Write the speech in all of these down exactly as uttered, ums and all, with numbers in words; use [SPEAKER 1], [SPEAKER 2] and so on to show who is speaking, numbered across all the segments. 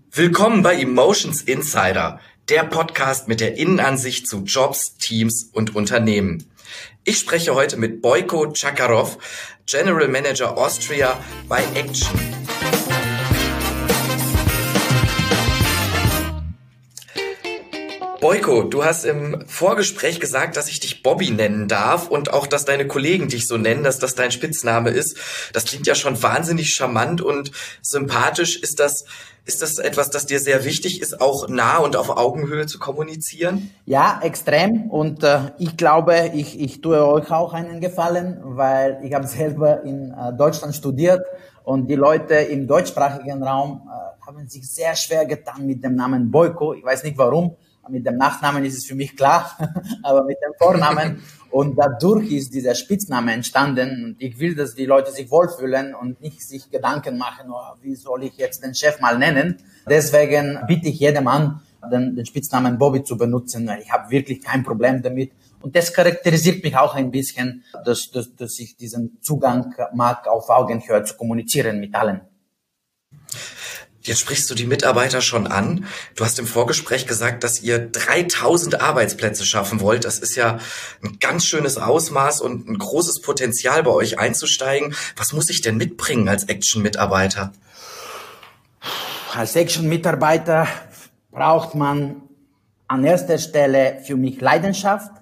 [SPEAKER 1] Willkommen bei Emotions Insider, der Podcast mit der Innenansicht zu Jobs, Teams und Unternehmen. Ich spreche heute mit Bojko Čakarov, General Manager Austria bei Action. Bojko, du hast im Vorgespräch gesagt, dass ich dich Bobby nennen darf und auch, dass deine Kollegen dich so nennen, dass das dein Spitzname ist. Das klingt ja schon wahnsinnig charmant und sympathisch. Ist das, ist das etwas, das dir sehr wichtig ist, auch nah und auf Augenhöhe zu kommunizieren?
[SPEAKER 2] Ja, extrem. Und äh, ich glaube, ich, ich tue euch auch einen Gefallen, weil ich habe selber in äh, Deutschland studiert und die Leute im deutschsprachigen Raum äh, haben sich sehr schwer getan mit dem Namen Bojko. Ich weiß nicht warum. Mit dem Nachnamen ist es für mich klar, aber mit dem Vornamen. Und dadurch ist dieser Spitzname entstanden. Und ich will, dass die Leute sich wohlfühlen und nicht sich Gedanken machen, oh, wie soll ich jetzt den Chef mal nennen. Deswegen bitte ich jedem an, den, den Spitznamen Bobby zu benutzen. Ich habe wirklich kein Problem damit. Und das charakterisiert mich auch ein bisschen, dass, dass, dass ich diesen Zugang mag, auf Augenhöhe zu kommunizieren mit allen.
[SPEAKER 1] Jetzt sprichst du die Mitarbeiter schon an. Du hast im Vorgespräch gesagt, dass ihr dreitausend Arbeitsplätze schaffen wollt. Das ist ja ein ganz schönes Ausmaß und ein großes Potenzial, bei euch einzusteigen. Was muss ich denn mitbringen als Action-Mitarbeiter?
[SPEAKER 2] Als Action-Mitarbeiter braucht man an erster Stelle für mich Leidenschaft,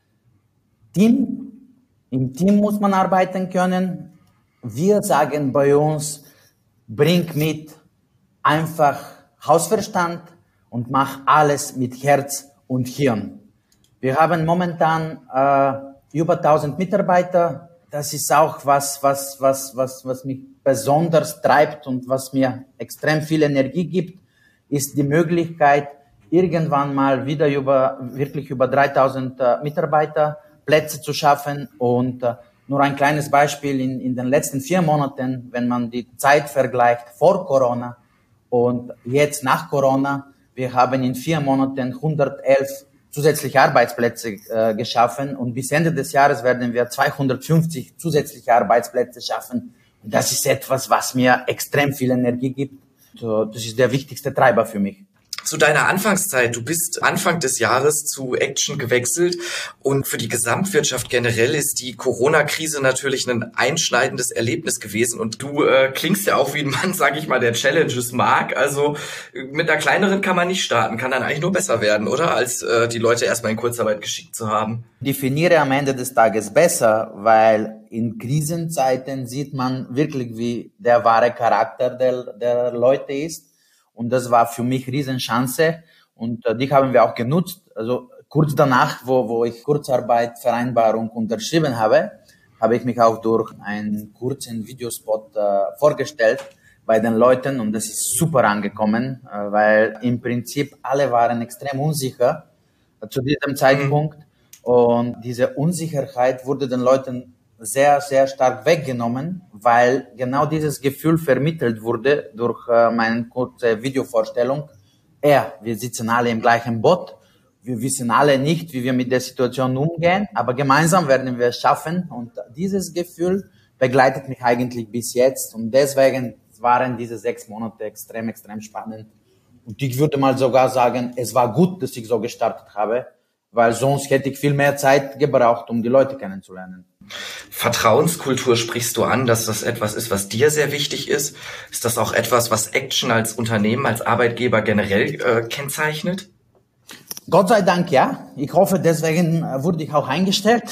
[SPEAKER 2] Team. Im Team muss man arbeiten können. Wir sagen bei uns, bring mit einfach Hausverstand und mach alles mit Herz und Hirn. Wir haben momentan äh, über tausend Mitarbeiter. Das ist auch was, was, was, was, was mich besonders treibt und was mir extrem viel Energie gibt, ist die Möglichkeit, irgendwann mal wieder über, wirklich über dreitausend äh, Mitarbeiter Plätze zu schaffen. Und äh, nur ein kleines Beispiel, in, in den letzten vier Monaten, wenn man die Zeit vergleicht vor Corona, und jetzt nach Corona, wir haben in vier Monaten hundertelf zusätzliche Arbeitsplätze äh, geschaffen und bis Ende des Jahres werden wir zweihundertfünfzig zusätzliche Arbeitsplätze schaffen. Und das ist etwas, was mir extrem viel Energie gibt. So, das ist der wichtigste Treiber für mich.
[SPEAKER 1] Zu deiner Anfangszeit, du bist Anfang des Jahres zu Action gewechselt und für die Gesamtwirtschaft generell ist die Corona-Krise natürlich ein einschneidendes Erlebnis gewesen und du äh, klingst ja auch wie ein Mann, sage ich mal, der Challenges mag, also mit einer kleineren kann man nicht starten, kann dann eigentlich nur besser werden, oder? Als äh, die Leute erstmal in Kurzarbeit geschickt zu haben.
[SPEAKER 2] Definiere am Ende des Tages besser, weil in Krisenzeiten sieht man wirklich, wie der wahre Charakter der, der Leute ist. Und das war für mich Riesenchance und äh, die haben wir auch genutzt. Also kurz danach, wo, wo ich Kurzarbeitvereinbarung unterschrieben habe, habe ich mich auch durch einen kurzen Videospot äh, vorgestellt bei den Leuten und das ist super angekommen, äh, weil im Prinzip alle waren extrem unsicher äh, zu diesem Zeitpunkt und diese Unsicherheit wurde den Leuten sehr, sehr stark weggenommen, weil genau dieses Gefühl vermittelt wurde durch äh, meine kurze Videovorstellung. Ja, wir sitzen alle im gleichen Boot. Wir wissen alle nicht, wie wir mit der Situation umgehen, aber gemeinsam werden wir es schaffen. Und dieses Gefühl begleitet mich eigentlich bis jetzt. Und deswegen waren diese sechs Monate extrem, extrem spannend. Und ich würde mal sogar sagen, es war gut, dass ich so gestartet habe, weil sonst hätte ich viel mehr Zeit gebraucht, um die Leute kennenzulernen.
[SPEAKER 1] Vertrauenskultur sprichst du an, dass das etwas ist, was dir sehr wichtig ist. Ist das auch etwas, was Action als Unternehmen, als Arbeitgeber generell äh, kennzeichnet?
[SPEAKER 2] Gott sei Dank, ja. Ich hoffe, deswegen wurde ich auch eingestellt.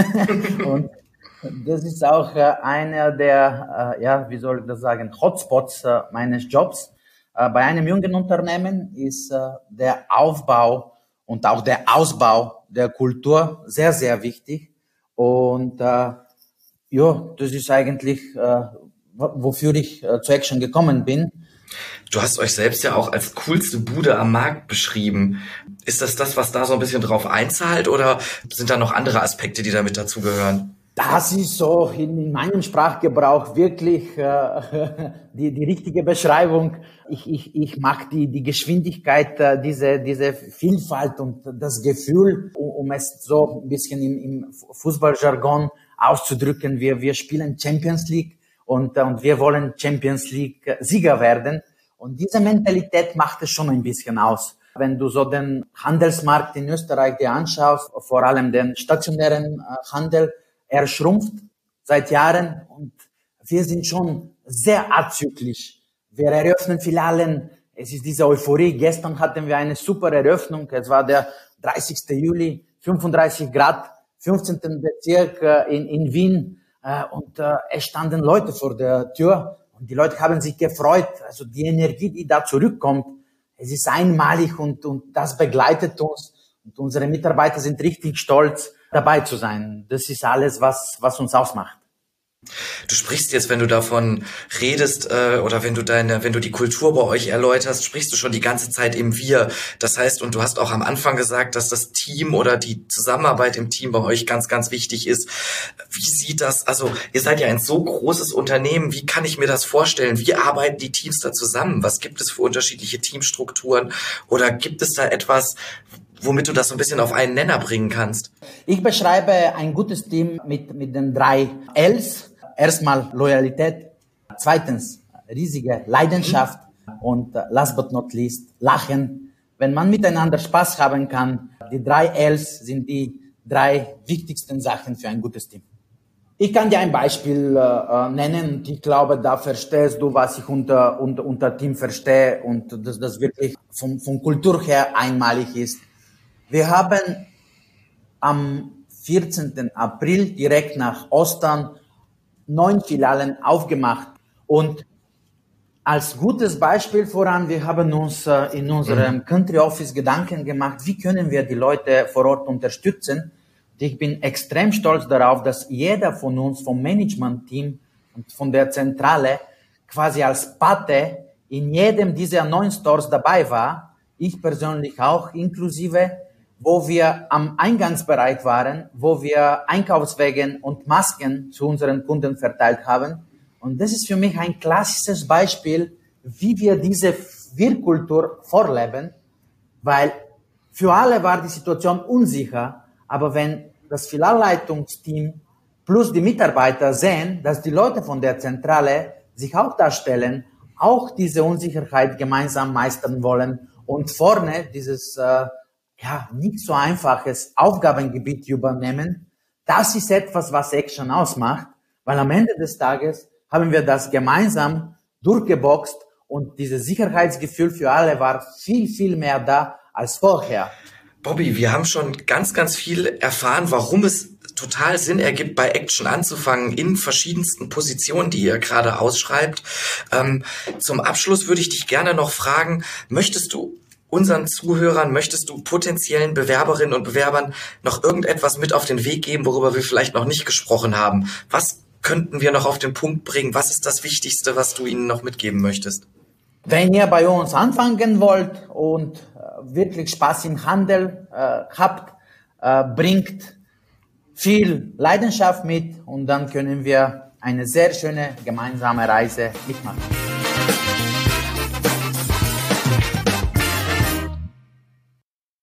[SPEAKER 2] Und das ist auch äh, einer der, äh, ja, wie soll ich das sagen, Hotspots äh, meines Jobs. Äh, bei einem jungen Unternehmen ist äh, der Aufbau und auch der Ausbau der Kultur sehr, sehr wichtig. Und äh, ja, das ist eigentlich, äh, wofür ich äh, zu Action gekommen bin.
[SPEAKER 1] Du hast euch selbst ja auch als coolste Bude am Markt beschrieben. Ist das das, was da so ein bisschen drauf einzahlt oder sind da noch andere Aspekte, die damit dazugehören?
[SPEAKER 2] Das ist so in, in meinem Sprachgebrauch wirklich äh, die, die richtige Beschreibung. Ich, ich, ich mag die, die Geschwindigkeit, äh, diese, diese Vielfalt und das Gefühl, um, um es so ein bisschen im, im Fußballjargon auszudrücken. Wir, wir spielen Champions League und, und wir wollen Champions League Sieger werden. Und diese Mentalität macht es schon ein bisschen aus. Wenn du so den Handelsmarkt in Österreich dir anschaust, vor allem den stationären Handel, er schrumpft seit Jahren und wir sind schon sehr azyklisch. Wir eröffnen Filialen, es ist diese Euphorie. Gestern hatten wir eine super Eröffnung, es war der dreißigsten Juli, fünfunddreißig Grad, fünfzehnten Bezirk in, in Wien und es standen Leute vor der Tür. Und die Leute haben sich gefreut, also die Energie, die da zurückkommt, es ist einmalig und, und das begleitet uns. Und unsere Mitarbeiter sind richtig stolz, dabei zu sein. Das ist alles, was, was uns ausmacht.
[SPEAKER 1] Du sprichst jetzt, wenn du davon redest äh, oder wenn du deine, wenn du die Kultur bei euch erläuterst, sprichst du schon die ganze Zeit im Wir. Das heißt, und du hast auch am Anfang gesagt, dass das Team oder die Zusammenarbeit im Team bei euch ganz, ganz wichtig ist. Wie sieht das, also ihr seid ja ein so großes Unternehmen, wie kann ich mir das vorstellen? Wie arbeiten die Teams da zusammen? Was gibt es für unterschiedliche Teamstrukturen? Oder gibt es da etwas, womit du das so ein bisschen auf einen Nenner bringen kannst?
[SPEAKER 2] Ich beschreibe ein gutes Team mit, mit den drei Ls. Erstmal Loyalität, zweitens riesige Leidenschaft und last but not least Lachen. Wenn man miteinander Spaß haben kann, die drei Ls sind die drei wichtigsten Sachen für ein gutes Team. Ich kann dir ein Beispiel äh, nennen und ich glaube, da verstehst du, was ich unter, unter, unter Team verstehe und dass das wirklich von, von Kultur her einmalig ist. Wir haben am vierzehnten April direkt nach Ostern neun Filialen aufgemacht und als gutes Beispiel voran, wir haben uns äh, in unserem mhm. Country Office Gedanken gemacht, wie können wir die Leute vor Ort unterstützen. Und ich bin extrem stolz darauf, dass jeder von uns vom Management-Team und von der Zentrale quasi als Pate in jedem dieser neun Stores dabei war, ich persönlich auch inklusive, wo wir am Eingangsbereich waren, wo wir Einkaufswagen und Masken zu unseren Kunden verteilt haben. Und das ist für mich ein klassisches Beispiel, wie wir diese Wir-Kultur vorleben, weil für alle war die Situation unsicher, aber wenn das Filialleitungsteam plus die Mitarbeiter sehen, dass die Leute von der Zentrale sich auch darstellen, auch diese Unsicherheit gemeinsam meistern wollen und vorne dieses äh, ja, nicht so einfaches Aufgabengebiet übernehmen. Das ist etwas, was Action ausmacht, weil am Ende des Tages haben wir das gemeinsam durchgeboxt und dieses Sicherheitsgefühl für alle war viel, viel mehr da als vorher.
[SPEAKER 1] Bobby, wir haben schon ganz, ganz viel erfahren, warum es total Sinn ergibt, bei Action anzufangen in verschiedensten Positionen, die ihr gerade ausschreibt. Ähm, zum Abschluss würde ich dich gerne noch fragen, möchtest du unseren Zuhörern, möchtest du potenziellen Bewerberinnen und Bewerbern noch irgendetwas mit auf den Weg geben, worüber wir vielleicht noch nicht gesprochen haben? Was könnten wir noch auf den Punkt bringen? Was ist das Wichtigste, was du ihnen noch mitgeben möchtest?
[SPEAKER 2] Wenn ihr bei uns anfangen wollt und äh, wirklich Spaß im Handel äh, habt, äh, bringt viel Leidenschaft mit und dann können wir eine sehr schöne gemeinsame Reise mitmachen.